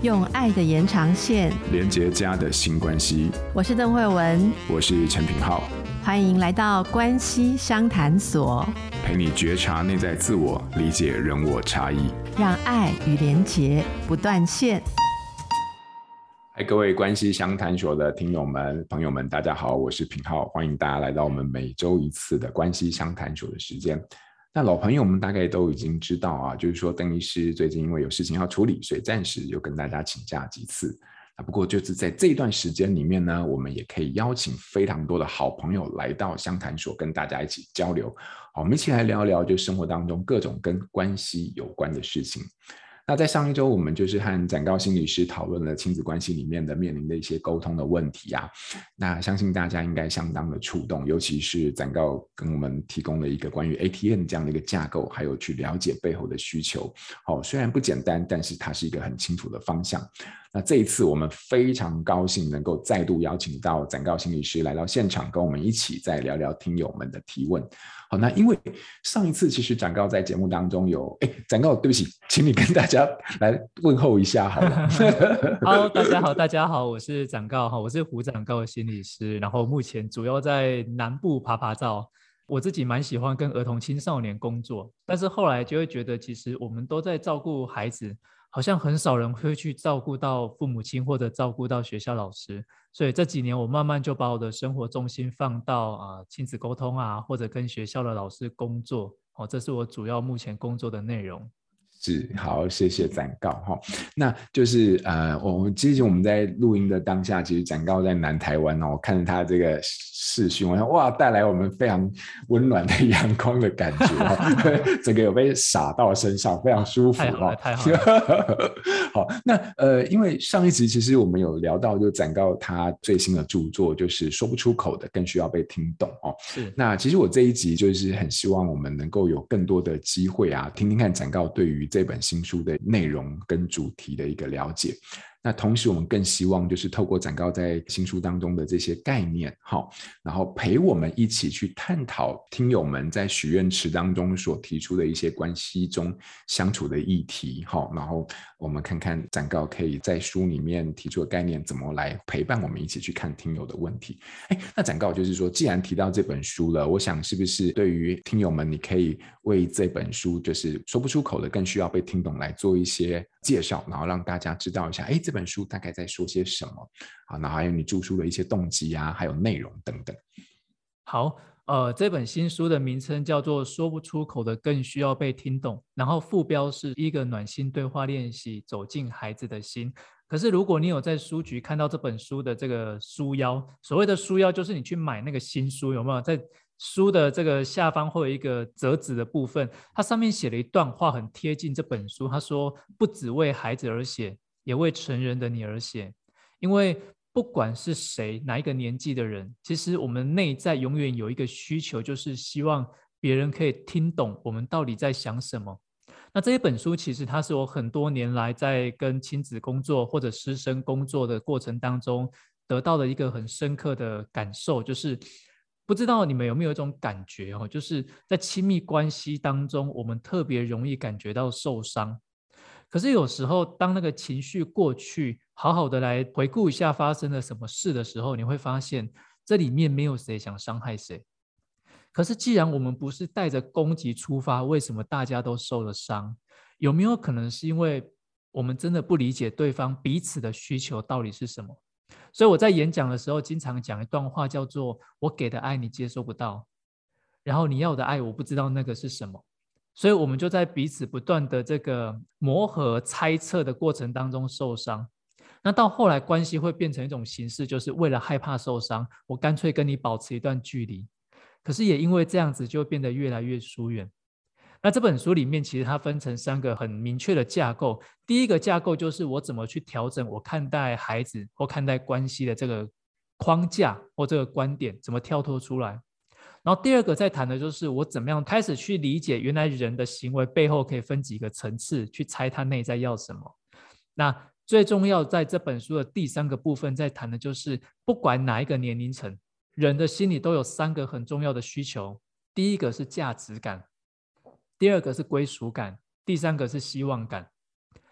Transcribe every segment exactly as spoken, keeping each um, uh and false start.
用爱的延长线连结家的新关系。 我是邓惠文， 我是陈品皓， 欢迎来到关系商谈所， 陪你觉察内在自我，理解人我差异， 让爱与连结不断线。 嗨，各位关系商谈所的听友们、朋友们，大家好，我是品皓，欢迎大家来到我们每周一次的关系商谈所的时间。那老朋友们大概都已经知道啊，就是说邓医师最近因为有事情要处理，所以暂时有跟大家请假几次。不过就是在这一段时间里面呢，我们也可以邀请非常多的好朋友来到商谈所跟大家一起交流，好，我们一起来聊一聊就生活当中各种跟关系有关的事情。那在上一周我们就是和展诰心理师讨论了亲子关系里面的面临的一些沟通的问题啊，那相信大家应该相当的触动，尤其是展诰跟我们提供了一个关于 A T M 这样的一个架构，还有去了解背后的需求，哦，虽然不简单，但是它是一个很清楚的方向。那这一次我们非常高兴能够再度邀请到展诰心理师来到现场，跟我们一起再聊聊听友们的提问。好，那因为上一次其实展诰在节目当中有，哎，展诰对不起，请你跟大家来问候一下好了。 好，大家好，大家好，我是展诰，我是胡展诰的心理师，然后目前主要在南部爬爬照。我自己蛮喜欢跟儿童青少年工作，但是后来就会觉得其实我们都在照顾孩子，好像很少人会去照顾到父母亲或者照顾到学校老师，所以这几年我慢慢就把我的生活重心放到、呃、亲子沟通啊，或者跟学校的老师工作、哦、这是我主要目前工作的内容。 是，好，谢谢展诰哈。那就是呃，我们其实我们在录音的当下，其实展诰在南台湾哦，我看着他这个视讯，我想哇，带来我们非常温暖的阳光的感觉哦，整个有被洒到身上，非常舒服。 太好了，太好了。 好，那呃，因为上一集其实我们有聊到，就展诰他最新的著作就是说不出口的，更需要被听懂哦。 是。 那其实我这一集就是很希望我们能够有更多的机会啊，听听看展诰对于这本新书的内容跟主题的一个了解。那同时我们更希望就是透过展诰在新书当中的这些概念，然后陪我们一起去探讨听友们在许愿池当中所提出的一些关系中相处的议题，然后我们看看展诰可以在书里面提出的概念怎么来陪伴我们一起去看听友的问题。那展诰就是说，既然提到这本书了，我想是不是对于听友们，你可以为这本书就是说不出口的更需要被听懂来做一些介绍，然后让大家知道一下，哎，这本书大概在说些什么，好，然后还有你著书的一些动机啊，还有内容等等。 好，呃，这本新书的名称叫做《说不出口的更需要被听懂》，然后副标是一个暖心对话练习，走进孩子的心。可是如果你有在书局看到这本书的这个书腰，所谓的书腰就是你去买那个新书，有没有在书的这个下方会有一个折纸的部分，它上面写了一段话很贴近这本书，他说不只为孩子而写，也为成人的你而写。因为不管是谁哪一个年纪的人，其实我们内在永远有一个需求，就是希望别人可以听懂我们到底在想什么。那这一本书其实它是我很多年来在跟亲子工作或者师生工作的过程当中得到的一个很深刻的感受，就是不知道你们有没有一种感觉哦，就是在亲密关系当中我们特别容易感觉到受伤，可是有时候当那个情绪过去，好好的来回顾一下发生了什么事的时候，你会发现这里面没有谁想伤害谁。可是既然我们不是带着攻击出发，为什么大家都受了伤？有没有可能是因为我们真的不理解对方彼此的需求到底是什么？所以我在演讲的时候经常讲一段话，叫做我给的爱你接收不到，然后你要的爱我不知道那个是什么。所以我们就在彼此不断的这个磨合猜测的过程当中受伤，那到后来关系会变成一种形式，就是为了害怕受伤，我干脆跟你保持一段距离，可是也因为这样子就变得越来越疏远。那这本书里面其实它分成三个很明确的架构，第一个架构就是我怎么去调整我看待孩子或看待关系的这个框架或这个观点，怎么跳脱出来。然后第二个在谈的就是我怎么样开始去理解原来人的行为背后可以分几个层次，去猜他内在要什么。那最重要在这本书的第三个部分在谈的就是不管哪一个年龄层，人的心里都有三个很重要的需求，第一个是价值感，第二个是归属感，第三个是希望感。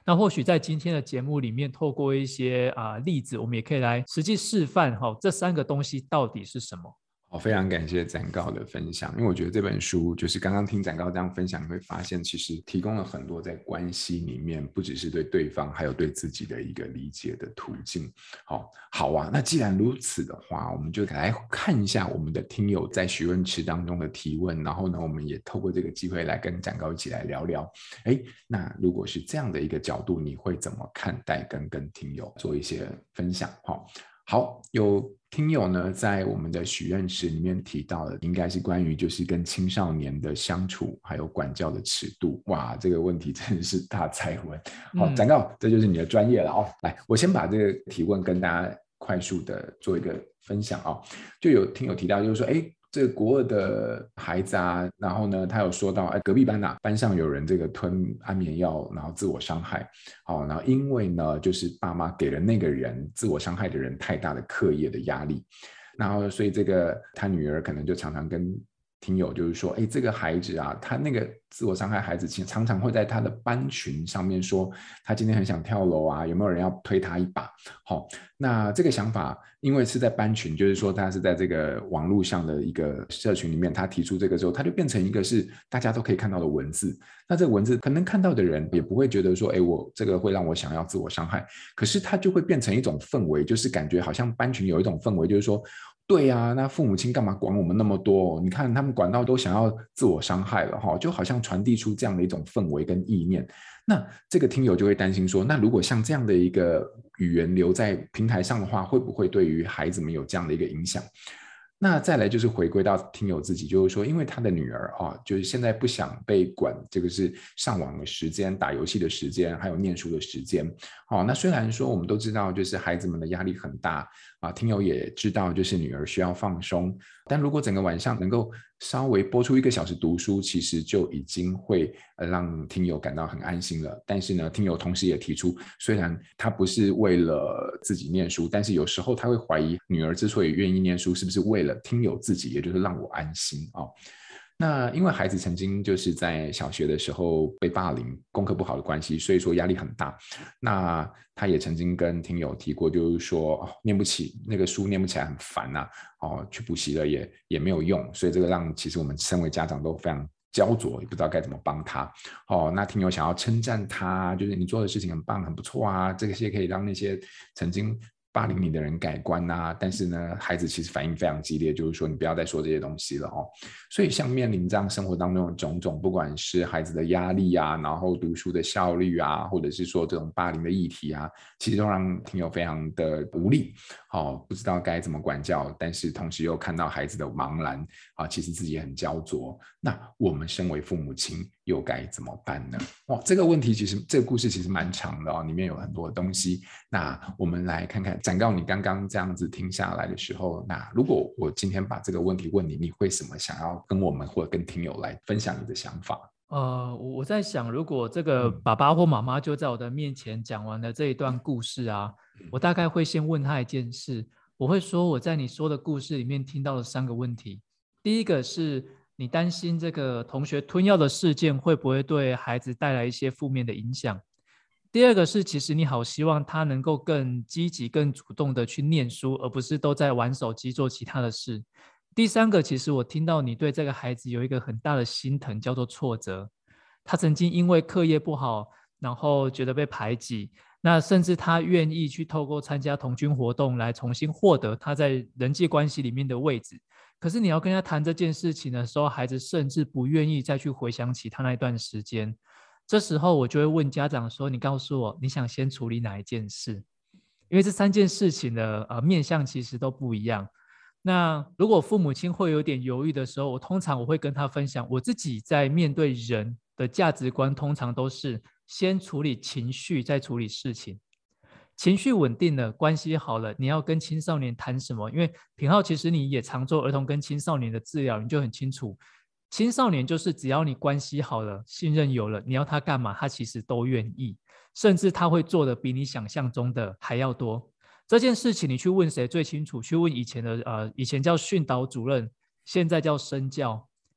那或许在今天的节目里面，透过一些、呃、例子，我们也可以来实际示范、哦、这三个东西到底是什么。 好，非常感谢展诰的分享，因为我觉得这本书就是刚刚听展诰这样分享，你会发现其实提供了很多在关系里面不只是对对方还有对自己的一个理解的途径。好，好啊，那既然如此的话，我们就来看一下我们的听友在许愿池当中的提问，然后呢我们也透过这个机会来跟展诰一起来聊聊，哎，那如果是这样的一个角度，你会怎么看待跟跟听友做一些分享。好，好，有听友呢在我们的许愿池里面提到的应该是关于就是跟青少年的相处还有管教的尺度。哇，这个问题真的是大哉问。好，展诰，这就是你的专业了哦。来，我先把这个提问跟大家快速的做一个分享哦。就有听友提到就是说，哎，这个国二的孩子啊，然后呢他有说到，哎，隔壁班啊，班上有人这个吞安眠药然后自我伤害。好，然后因为呢就是爸妈给了那个人自我伤害的人太大的课业的压力，然后所以这个他女儿可能就常常跟听友就是说，哎，这个孩子啊，他那个自我伤害孩子常常会在他的班群上面说他今天很想跳楼啊，有没有人要推他一把。好，那这个想法因为是在班群，就是说他是在这个网络上的一个社群里面，他提出这个之后，他就变成一个是大家都可以看到的文字。那这个文字可能看到的人也不会觉得说，哎，我这个会让我想要自我伤害，可是他就会变成一种氛围，就是感觉好像班群有一种氛围，就是说对啊，那父母亲干嘛管我们那么多？你看他们管到都想要自我伤害了，就好像传递出这样的一种氛围跟意念。那这个听友就会担心说，那如果像这样的一个语言留在平台上的话，会不会对于孩子们有这样的一个影响？那再来就是回归到听友自己，就是说因为他的女儿啊，就是现在不想被管，这个是上网的时间、打游戏的时间还有念书的时间。哦，那虽然说我们都知道就是孩子们的压力很大啊，听友也知道就是女儿需要放松，但如果整个晚上能够稍微播出一个小时读书，其实就已经会让听友感到很安心了。但是呢，听友同时也提出，虽然他不是为了自己念书，但是有时候他会怀疑女儿之所以愿意念书，是不是为了听友自己，也就是让我安心啊。那因为孩子曾经就是在小学的时候被霸凌，功课不好的关系，所以说压力很大。那他也曾经跟听友提过，就是说、哦、念不起那个书，念不起来很烦啊，哦，去补习了也也没有用，所以这个让其实我们身为家长都非常焦灼，也不知道该怎么帮他。哦，那听友想要称赞他，就是你做的事情很棒，很不错啊，这些可以让那些曾经霸凌你的人改观啊，但是呢，孩子其实反应非常激烈，就是说你不要再说这些东西了哦。所以像面临这样生活当中的种种，不管是孩子的压力啊，然后读书的效率啊，或者是说这种霸凌的议题啊，其实都让听友非常的无力，哦，不知道该怎么管教，但是同时又看到孩子的茫然啊，其实自己也很焦灼。那我们身为父母亲又该怎么办呢？哦，这个问题其实这个故事其实蛮长的哦，里面有很多东西。那我们来看看展诰你刚刚这样子听下来的时候，那如果我今天把这个问题问你，你会什么想要跟我们或者跟听友来分享你的想法？ 呃，我在想，如果这个爸爸或妈妈就在我的面前讲完了这一段故事啊，我大概会先问他一件事，我会说我在你说的故事里面听到了三个问题。第一个是你担心这个同学吞药的事件会不会对孩子带来一些负面的影响。第二个是其实你好希望他能够更积极更主动的去念书，而不是都在玩手机做其他的事。第三个，其实我听到你对这个孩子有一个很大的心疼，叫做挫折。他曾经因为课业不好，然后觉得被排挤，那甚至他愿意去透过参加童军活动来重新获得他在人际关系里面的位置。可是你要跟他谈这件事情的时候，孩子甚至不愿意再去回想起他那一段时间。这时候我就会问家长说，你告诉我你想先处理哪一件事？因为这三件事情的、呃、面向其实都不一样。那如果父母亲会有点犹豫的时候，我通常我会跟他分享，我自己在面对人的价值观通常都是先处理情绪再处理事情。情绪稳定了，关系好了，你要跟青少年谈什么？因为品皓其实你也常做儿童跟青少年的治疗，你就很清楚，青少年就是只要你关系好了，信任有了，你要他干嘛他其实都愿意，甚至他会做的比你想象中的还要多。这件事情你去问谁最清楚？去问以前的呃，以前叫训导主任，现在叫身教。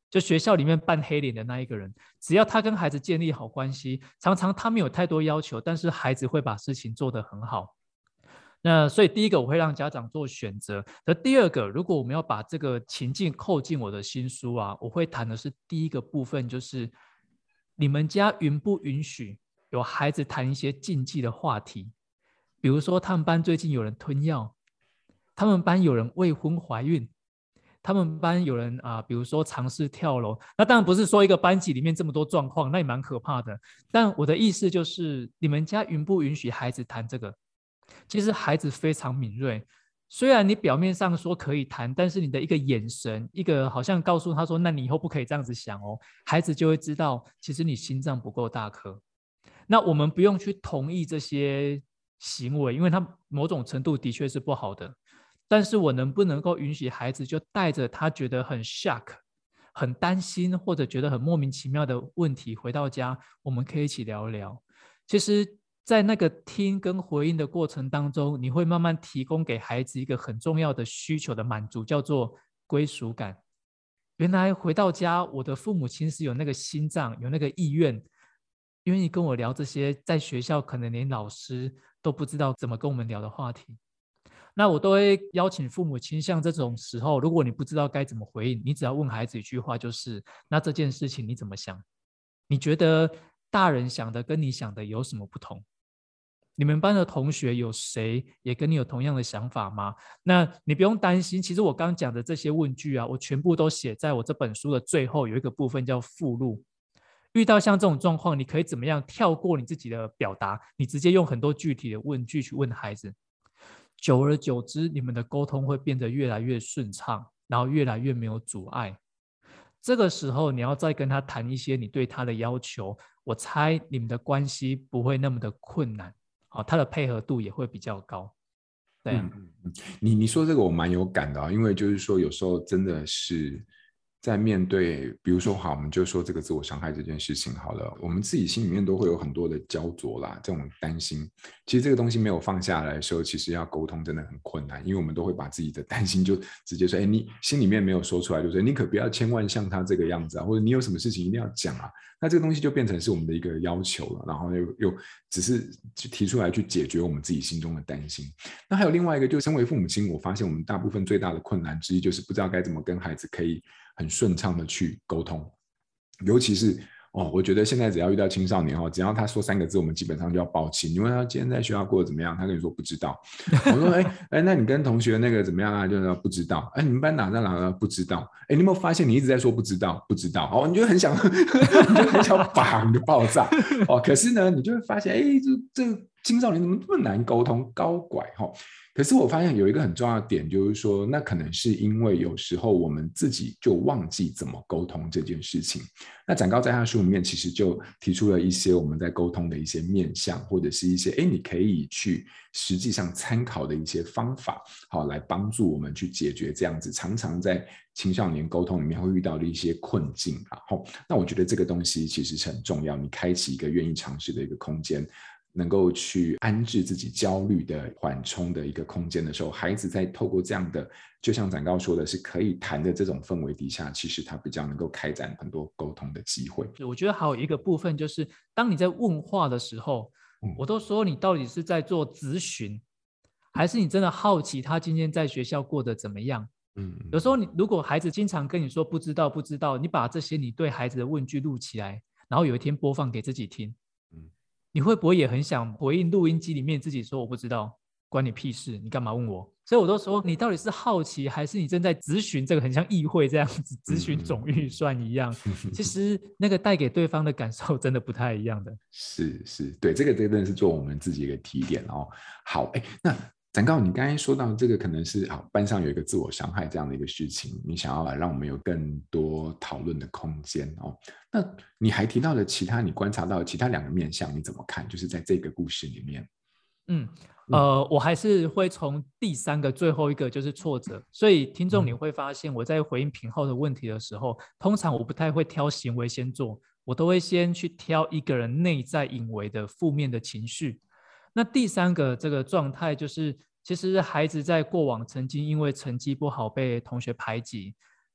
就学校里面扮黑脸的那一个人，只要他跟孩子建立好关系，常常他没有太多要求，但是孩子会把事情做得很好。那所以第一个我会让家长做选择，而第二个，如果我们要把这个情境扣进我的新书啊，我会谈的是第一个部分，就是你们家允不允许有孩子谈一些禁忌的话题，比如说他们班最近有人吞药，他们班有人未婚怀孕，他们班有人啊、呃，比如说尝试跳楼。那当然不是说一个班级里面这么多状况，那也蛮可怕的。但我的意思就是，你们家允不允许孩子谈这个？其实孩子非常敏锐，虽然你表面上说可以谈，但是你的一个眼神，一个好像告诉他说，那你以后不可以这样子想哦，孩子就会知道，其实你心脏不够大颗。那我们不用去同意这些行为，因为它某种程度的确是不好的。但是我能不能够允许孩子就带着他觉得很 shock、很担心或者觉得很莫名其妙的问题回到家，我们可以一起聊一聊。其实在那个听跟回应的过程当中，你会慢慢提供给孩子一个很重要的需求的满足，叫做归属感。原来回到家，我的父母亲是有那个心脏，有那个意愿，愿意跟我聊这些在学校可能连老师都不知道怎么跟我们聊的话题。那我都会邀请父母亲，像这种时候，如果你不知道该怎么回应，你只要问孩子一句话，就是那这件事情你怎么想？你觉得大人想的跟你想的有什么不同？你们班的同学有谁也跟你有同样的想法吗？那你不用担心，其实我刚讲的这些问句啊，我全部都写在我这本书的最后，有一个部分叫附录。遇到像这种状况，你可以怎么样跳过你自己的表达，你直接用很多具体的问句去问孩子。久而久之，你们的沟通会变得越来越顺畅，然后越来越没有阻碍。这个时候，你要再跟他谈一些你对他的要求，我猜你们的关系不会那么的困难，好，他的配合度也会比较高。对啊， 嗯嗯、你你说这个我蛮有感的啊，因为就是说有时候真的是在面对，比如说好，我们就说这个自我伤害这件事情好了，我们自己心里面都会有很多的焦灼啦，这种担心。其实这个东西没有放下来的时候，其实要沟通真的很困难，因为我们都会把自己的担心就直接说，哎，你心里面没有说出来，就说你可不要千万像他这个样子啊，或者你有什么事情一定要讲啊。那这个东西就变成是我们的一个要求了，然后又又只是提出来去解决我们自己心中的担心。那还有另外一个，就是身为父母亲，我发现我们大部分最大的困难之一，就是不知道该怎么跟孩子可以很顺畅的去沟通，尤其是哦，我觉得现在只要遇到青少年哦，只要他说三个字，我们基本上就要爆气。你问他今天在学校过得怎么样，他跟你说不知道。我说哎哎，那你跟同学那个怎么样啊？就是不知道。哎，你们班哪在哪呢？不知道。哎，你有没有发现你一直在说不知道，不知道？哦，你就很想，你就很想砰就爆炸哦。可是呢，你就会发现，哎，这这青少年怎么这么难沟通，高拐哈、哦？可是我发现有一个很重要的点，就是说，那可能是因为有时候我们自己就忘记怎么沟通这件事情。那展诰在他的书里面其实就提出了一些我们在沟通的一些面向，或者是一些哎你可以去实际上参考的一些方法，好来帮助我们去解决这样子常常在青少年沟通里面会遇到的一些困境。然后，那我觉得这个东西其实是很重要，你开启一个愿意尝试的一个空间。能够去安置自己焦虑的缓冲的一个空间的时候，孩子在透过这样的，就像展诰说的是可以谈的这种氛围底下，其实他比较能够开展很多沟通的机会。 我觉得还有一个部分就是，当你在问话的时候，嗯、我都说你到底是在做咨询，还是你真的好奇他今天在学校过得怎么样？嗯，有时候你如果孩子经常跟你说不知道不知道，你把这些你对孩子的问句录起来，然后有一天播放给自己听。你会不会也很想回应录音机里面自己说我不知道，关你屁事，你干嘛问我？所以我都说你到底是好奇，还是你正在咨询？这个很像议会这样子咨询总预算一样。其实那个带给对方的感受真的不太一样的。 是是，对，这个真的是做我们自己一个提点哦。好，哎，那展诰，你刚才说到这个可能是好班上有一个自我伤害这样的一个事情，你想要来让我们有更多讨论的空间哦。那你还提到了其他你观察到的其他两个面向，你怎么看？就是在这个故事里面， 嗯，呃，我还是会从第三个最后一个就是挫折，所以听众你会发现我在回应品皓的问题的时候，通常我不太会挑行为先做，我都会先去挑一个人内在隐微的负面的情绪。那第三个这个状态就是，其实孩子在过往曾经因为成绩不好被同学排挤，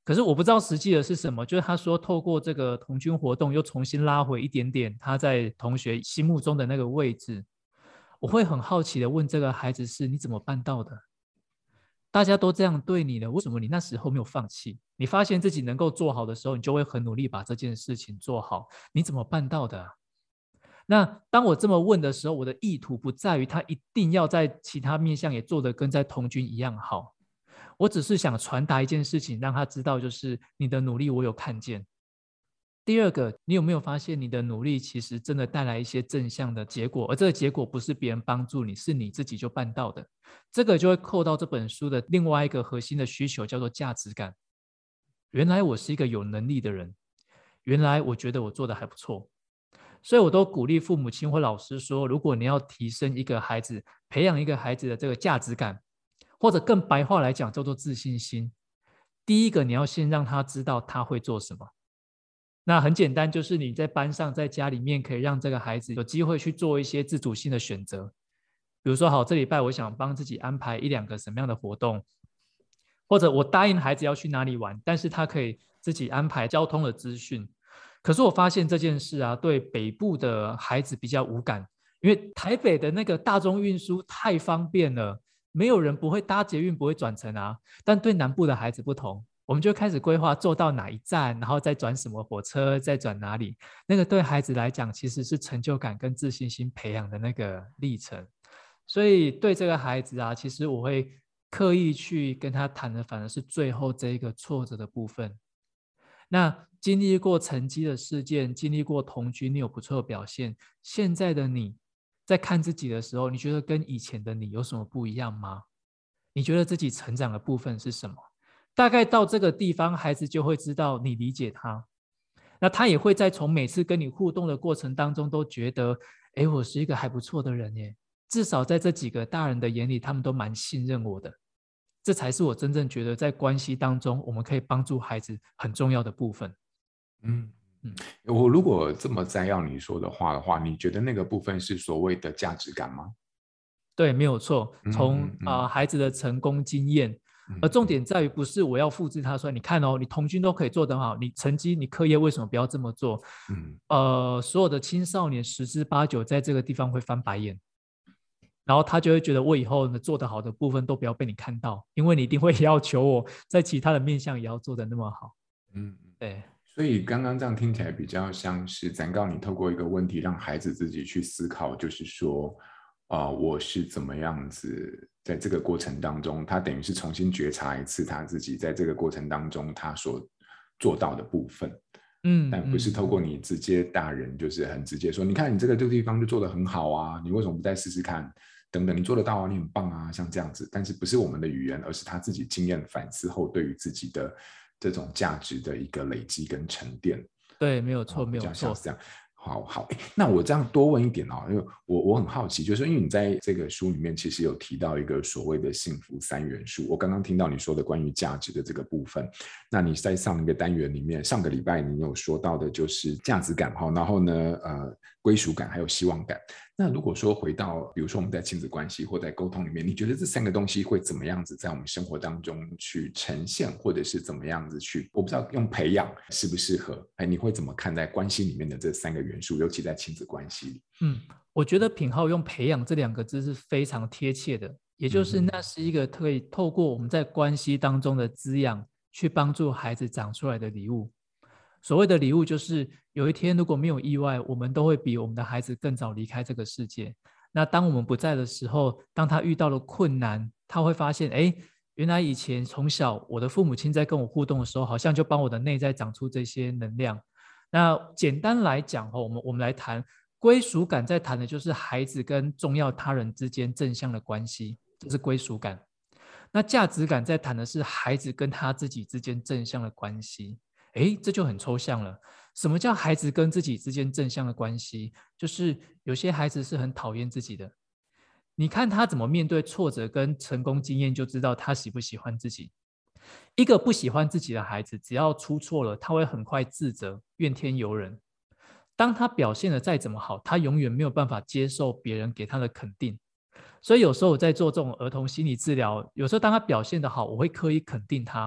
可是我不知道实际的是什么，就是他说透过这个童军活动又重新拉回一点点他在同学心目中的那个位置。我会很好奇的问这个孩子是你怎么办到的？大家都这样对你了，为什么你那时候没有放弃？你发现自己能够做好的时候，你就会很努力把这件事情做好，你怎么办到的啊？那当我这么问的时候，我的意图不在于他一定要在其他面向也做得跟在童军一样好，我只是想传达一件事情，让他知道就是你的努力我有看见。第二个，你有没有发现你的努力其实真的带来一些正向的结果，而这个结果不是别人帮助你，是你自己就办到的。这个就会扣到这本书的另外一个核心的需求，叫做价值感。原来我是一个有能力的人，原来我觉得我做得还不错。所以我都鼓励父母亲或老师说，如果你要提升一个孩子，培养一个孩子的这个价值感，或者更白话来讲叫做自信心，第一个你要先让他知道他会做什么。那很简单，就是你在班上在家里面可以让这个孩子有机会去做一些自主性的选择。比如说好，这礼拜我想帮自己安排一两个什么样的活动，或者我答应孩子要去哪里玩，但是他可以自己安排交通的资讯。可是我发现这件事啊，对北部的孩子比较无感，因为台北的那个大众运输太方便了，没有人不会搭捷运不会转乘啊。但对南部的孩子不同，我们就开始规划坐到哪一站，然后再转什么火车，再转哪里。那个对孩子来讲其实是成就感跟自信心培养的那个历程。所以对这个孩子啊，其实我会刻意去跟他谈的反而是最后这一个挫折的部分。那经历过成绩的事件，经历过童军你有不错的表现，现在的你在看自己的时候，你觉得跟以前的你有什么不一样吗？你觉得自己成长的部分是什么？大概到这个地方，孩子就会知道你理解他，那他也会在从每次跟你互动的过程当中都觉得，诶，我是一个还不错的人耶，至少在这几个大人的眼里，他们都蛮信任我的。这才是我真正觉得在关系当中我们可以帮助孩子很重要的部分。 嗯嗯，我如果这么摘要你说的话的话，你觉得那个部分是所谓的价值感吗？ 对，没有错。从、 嗯嗯呃、孩子的成功经验，而重点在于不是我要复制他说，你看哦，你童军都可以做得很好，你成绩你课业为什么不要这么做？嗯，呃，所有的青少年十之八九在这个地方会翻白眼，然后他就会觉得我以后呢做得好的部分都不要被你看到，因为你一定会要求我在其他的面向也要做得那么好。 嗯， 对。 所以刚刚这样听起来比较像是展告你透过一个问题让孩子自己去思考，就是说呃，我是怎么样子在这个过程当中，他等于是重新觉察一次他自己在这个过程当中他所做到的部分。嗯，但不是透过你直接大人就是很直接说，你看你这个这个地方就做得很好啊，你为什么不再试试看等等，你做得到啊，你很棒啊，像这样子。但是不是我们的语言，而是他自己经验反思后对于自己的这种价值的一个累积跟沉淀。 对，没有错， 哦、 没有错， 这样。好好，那我这样多问一点哦，因为我我很好奇，就是因为你在这个书里面其实有提到一个所谓的幸福三元素，我刚刚听到你说的关于价值的这个部分，那你在上一个单元里面，上个礼拜你有说到的就是价值感哈，然后呢，呃，归属感还有希望感。那如果说回到，比如说我们在亲子关系或在沟通里面，你觉得这三个东西会怎么样子在我们生活当中去呈现，或者是怎么样子去，我不知道用培养适不适合？哎，你会怎么看待关系里面的这三个元素，尤其在亲子关系里？ 嗯，我觉得品皓用培养这两个字是非常贴切的，也就是那是一个可以透过我们在关系当中的滋养，去帮助孩子长出来的礼物。所谓的礼物就是有一天如果没有意外，我们都会比我们的孩子更早离开这个世界。那当我们不在的时候，当他遇到了困难，他会发现，哎，原来以前从小我的父母亲在跟我互动的时候，好像就帮我的内在长出这些能量。那简单来讲，我们我们来谈归属感，在谈的就是孩子跟重要他人之间正向的关系，这是归属感。那价值感在谈的是孩子跟他自己之间正向的关系。诶，这就很抽象了。什么叫孩子跟自己之间正向的关系？就是有些孩子是很讨厌自己的，你看他怎么面对挫折跟成功经验，就知道他喜不喜欢自己。一个不喜欢自己的孩子，只要出错了，他会很快自责，怨天尤人。当他表现得再怎么好，他永远没有办法接受别人给他的肯定。所以有时候我在做这种儿童心理治疗，有时候当他表现得好，我会刻意肯定他，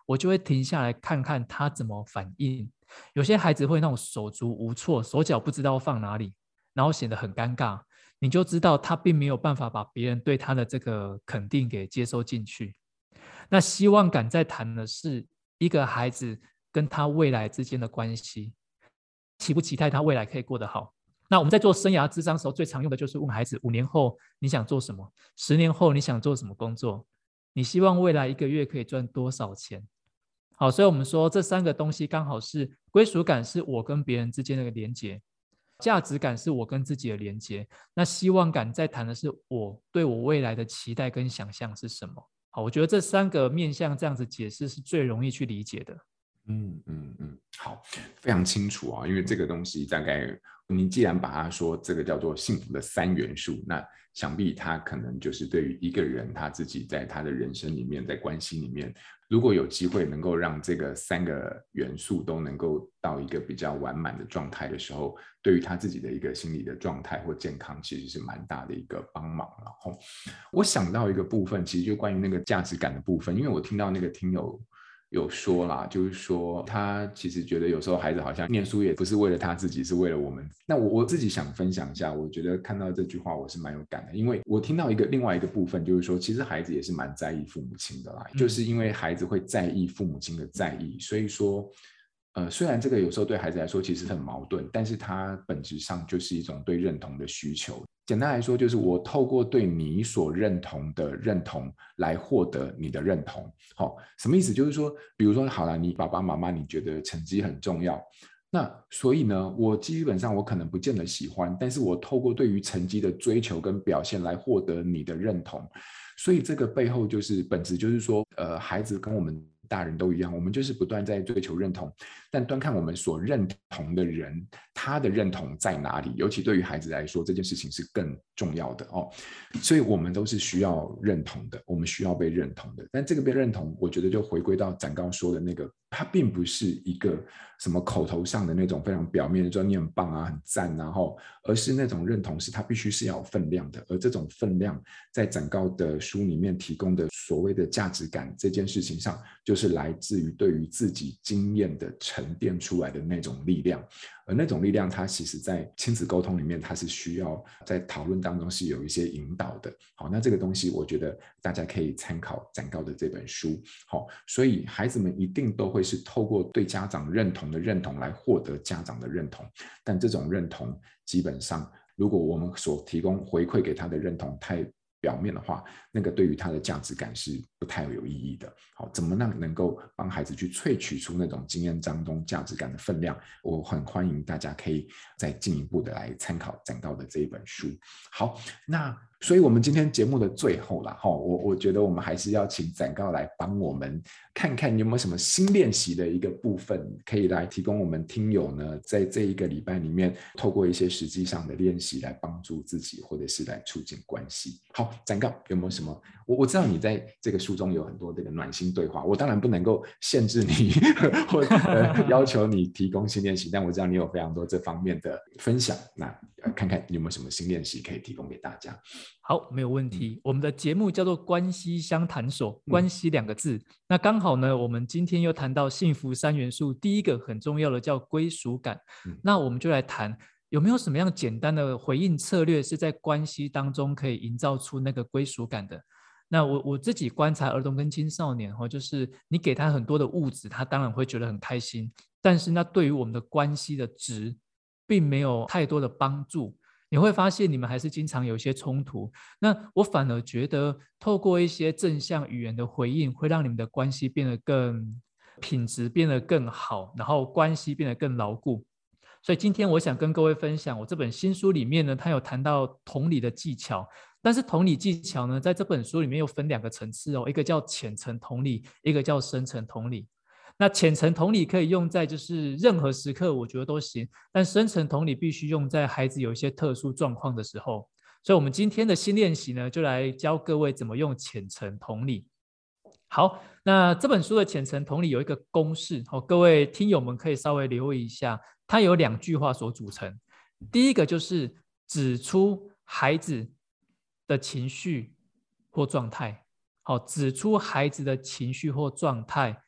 我就会停下来看看他怎么反应。有些孩子会那种手足无措，手脚不知道放哪里，然后显得很尴尬，你就知道他并没有办法把别人对他的这个肯定给接收进去。那希望感在谈的是一个孩子跟他未来之间的关系，期不期待他未来可以过得好。那我们在做生涯諮商的时候，最常用的就是问孩子，五年后你想做什么？十年后你想做什么工作？你希望未来一个月可以赚多少钱？好，所以我们说这三个东西刚好是归属感，是我跟别人之间的连结；价值感是我跟自己的连结；那希望感在谈的是我对我未来的期待跟想象是什么。好，我觉得这三个面向这样子解释是最容易去理解的。 嗯嗯嗯，好，非常清楚啊，因为这个东西大概你既然把它说这个叫做幸福的三元素，那想必它可能就是对于一个人他自己在他的人生里面，在关系里面，如果有机会能够让这个三个元素都能够到一个比较完满的状态的时候，对于他自己的一个心理的状态或健康其实是蛮大的一个帮忙。然后我想到一个部分，其实就关于那个价值感的部分，因为我听到那个听友有说啦，就是说他其实觉得有时候孩子好像念书也不是为了他自己，是为了我们。那我我自己想分享一下，我觉得看到这句话我是蛮有感的，因为我听到一个另外一个部分，就是说其实孩子也是蛮在意父母亲的啦，嗯、就是因为孩子会在意父母亲的在意，所以说呃，虽然这个有时候对孩子来说其实很矛盾，但是它本质上就是一种对认同的需求。简单来说，就是我透过对你所认同的认同来获得你的认同。好、哦，什么意思？就是说，比如说，好了，你爸爸妈妈你觉得成绩很重要，那所以呢，我基本上我可能不见得喜欢，但是我透过对于成绩的追求跟表现来获得你的认同。所以这个背后就是本质就是说，呃，孩子跟我们大人都一样，我们就是不断在追求认同，但端看我们所认同的人，他的认同在哪里？尤其对于孩子来说，这件事情是更重要的哦。所以我们都是需要认同的，我们需要被认同的。但这个被认同，我觉得就回归到展刚说的那个，它并不是一个什么口头上的那种非常表面的说你很棒啊、很赞啊，而是那种认同是它必须是要有分量的。而这种分量，在展刚的书里面提供的所谓的价值感这件事情上，就是来自于对于自己经验的沉淀出来的那种力量。而那种力量，它其实在亲子沟通里面，它是需要在讨论当中是有一些引导的。好，那这个东西我觉得大家可以参考展刚的这本书。好，所以孩子们一定都会是透过对家长认同的认同来获得家长的认同，但这种认同基本上，如果我们所提供回馈给他的认同太表面的话，那个对于他的价值感是不太有意义的。好，怎么样能够帮孩子去萃取出那种经验当中价值感的分量？我很欢迎大家可以再进一步的来参考展刚的这一本书。好，那所以我们今天节目的最后啦，我, 我觉得我们还是要请展刚来帮我们看看有没有什么新练习的一个部分，可以来提供我们听友呢，在这一个礼拜里面，透过一些实际上的练习来帮助自己，或者是来促进关系。好，展刚有没有什么？我我知道你在这个书中有很多这个暖心对话，我当然不能够限制你或者、呃、要求你提供新练习，但我知道你有非常多这方面的分享，那、呃、看看你有没有什么新练习可以提供给大家。 好，没有问题。嗯、我们的节目叫做关系相谈所，关系两个字、嗯、那刚好呢，我们今天又谈到幸福三元素，第一个很重要的叫归属感、嗯、那我们就来谈有没有什么样简单的回应策略是在关系当中可以营造出那个归属感的。那 我, 我自己观察儿童跟青少年，就是你给他很多的物质，他当然会觉得很开心，但是那对于我们的关系的质并没有太多的帮助，你会发现你们还是经常有一些冲突。那我反而觉得透过一些正向语言的回应，会让你们的关系变得更品质变得更好，然后关系变得更牢固。所以今天我想跟各位分享，我这本新书里面呢，它有谈到同理的技巧，但是同理技巧呢，在这本书里面又分两个层次哦，一个叫浅层同理，一个叫深层同理。那浅层同理可以用在就是任何时刻，我觉得都行，但深层同理必须用在孩子有一些特殊状况的时候。所以我们今天的新练习呢，就来教各位怎么用浅层同理。好，那这本书的浅层同理有一个公式、哦、各位听友们可以稍微留意一下，它有两句话所组成。第一个就是指出孩子的情绪或状态，好，指出孩子的情绪或状态，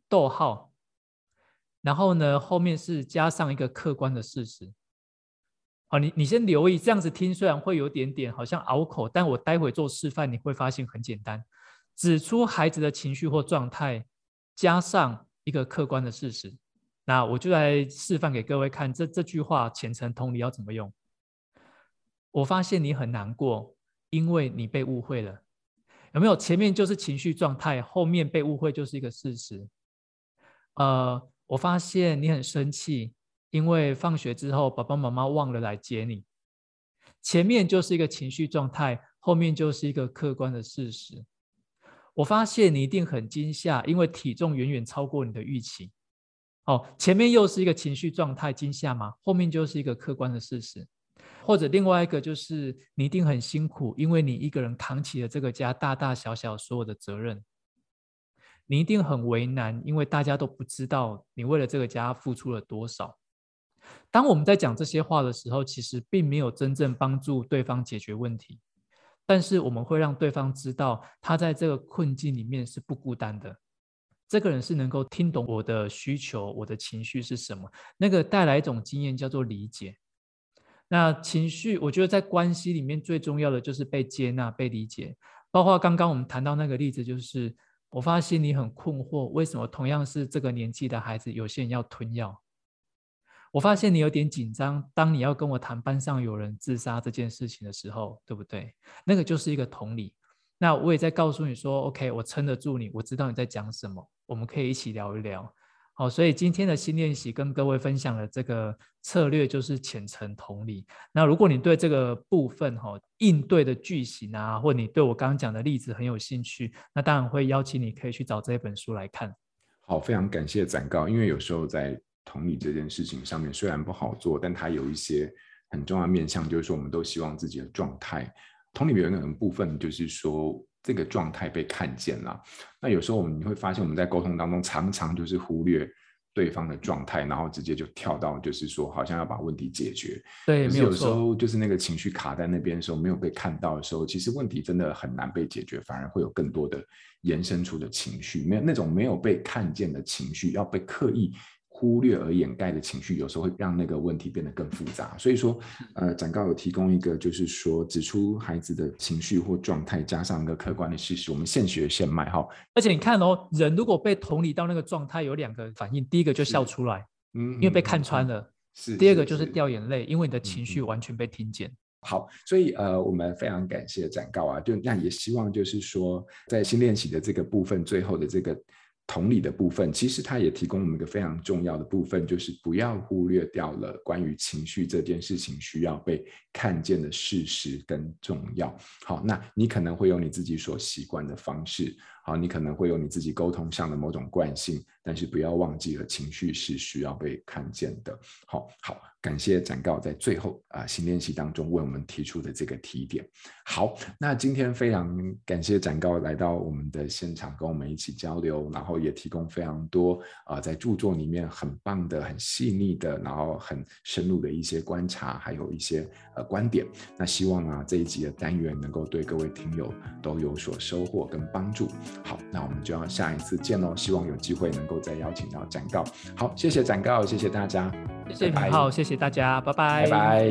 逗号，然后呢后面是加上一个客观的事实。好，你你先留意，这样子听虽然会有点点好像拗口，但我待会做示范你会发现很简单。指出孩子的情绪或状态，加上一个客观的事实。那我就来示范给各位看，这这句话浅层同理要怎么用。我发现你很难过，因为你被误会了。有没有？前面就是情绪状态，后面被误会就是一个事实。呃，我发现你很生气，因为放学之后爸爸妈妈忘了来接你。前面就是一个情绪状态，后面就是一个客观的事实。我发现你一定很惊吓，因为体重远远超过你的预期。哦，前面又是一个情绪状态惊吓嘛，后面就是一个客观的事实。或者另外一个就是你一定很辛苦，因为你一个人扛起了这个家大大小小所有的责任。你一定很为难，因为大家都不知道你为了这个家付出了多少。当我们在讲这些话的时候，其实并没有真正帮助对方解决问题，但是我们会让对方知道他在这个困境里面是不孤单的。这个人是能够听懂我的需求，我的情绪是什么，那个带来一种经验叫做理解。那情绪我觉得在关系里面最重要的就是被接纳、被理解。包括刚刚我们谈到那个例子，就是我发现你很困惑，为什么同样是这个年纪的孩子，有些人要吞药。我发现你有点紧张，当你要跟我谈班上有人自杀这件事情的时候，对不对？那个就是一个同理。那我也在告诉你说 OK， 我撑得住你，我知道你在讲什么，我们可以一起聊一聊。好，所以今天的新练习跟各位分享的这个策略就是浅层同理。那如果你对这个部分、哦、应对的句型啊，或你对我刚刚讲的例子很有兴趣，那当然会邀请你可以去找这本书来看。 好，非常感谢展诰，因为有时候在同理这件事情上面虽然不好做，但它有一些很重要的面向，就是说我们都希望自己的状态，同理有一个部分就是说这个状态被看见了。那有时候我们会发现我们在沟通当中常常就是忽略对方的状态，然后直接就跳到就是说好像要把问题解决。 对， 可是有时候就是那个情绪卡在那边的时候，没有被看到的时候，其实问题真的很难被解决，反而会有更多的延伸出的情绪，没有那种没有被看见的情绪，要被刻意忽略而掩盖的情绪，有时候会让那个问题变得更复杂。所以说呃，展诰有提供一个就是说指出孩子的情绪或状态，加上一个客观的事实，我们现学现卖。 而且你看哦，人如果被同理到那个状态，有两个反应，第一个就笑出来，嗯，因为被看穿了，是第二个就是掉眼泪，因为你的情绪完全被听见。 好，所以呃，我们非常感谢展诰啊，就那也希望就是说，在新练习的这个部分，最后的这个同理的部分，其实它也提供我们一个非常重要的部分，就是不要忽略掉了关于情绪这件事情需要被看见的事实跟重要。好，那你可能会有你自己所习惯的方式，好，你可能会有你自己沟通上的某种惯性，但是不要忘记了情绪是需要被看见的。好，好，感谢展诰在最后啊、呃、新练习当中为我们提出的这个提点。好，那今天非常感谢展诰来到我们的现场，跟我们一起交流，然后也提供非常多啊、呃、在著作里面很棒的、很细腻的，然后很深入的一些观察，还有一些呃观点。那希望啊这一集的单元能够对各位听友都有所收获跟帮助。好，那我们就要下一次见喽，希望有机会能够再邀请到展诰。好，谢谢展诰，谢谢大家， 谢谢品皓，谢谢大家，拜拜， 拜拜。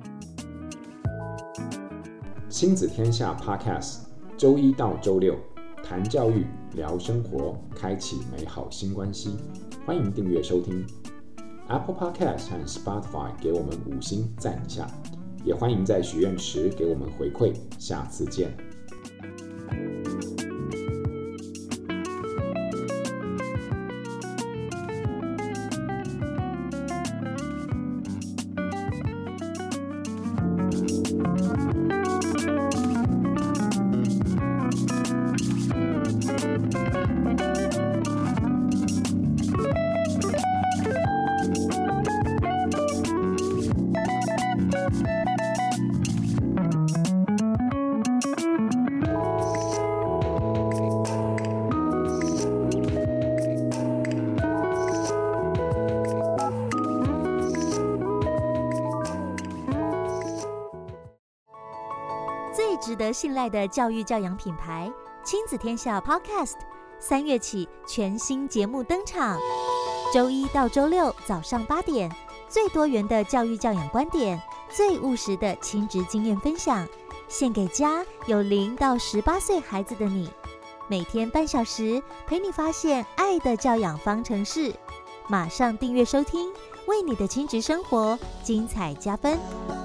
亲子天下 Podcast， 周一到周六谈教育，聊生活，开启美好新关系。欢迎订阅收听 Apple Podcast 和 Spotify， 给我们五星赞一下，也欢迎在许愿池给我们回馈。下次见。 最值得信赖的教育教养品牌亲子天下 Podcast， 三月起全新节目登场，周一到周六早上八点，最多元的教育教养观点，最务实的亲职经验分享，献给家有零到十八岁孩子的你。每天半小时，陪你发现爱的教养方程式。马上订阅收听，为你的亲职生活精彩加分。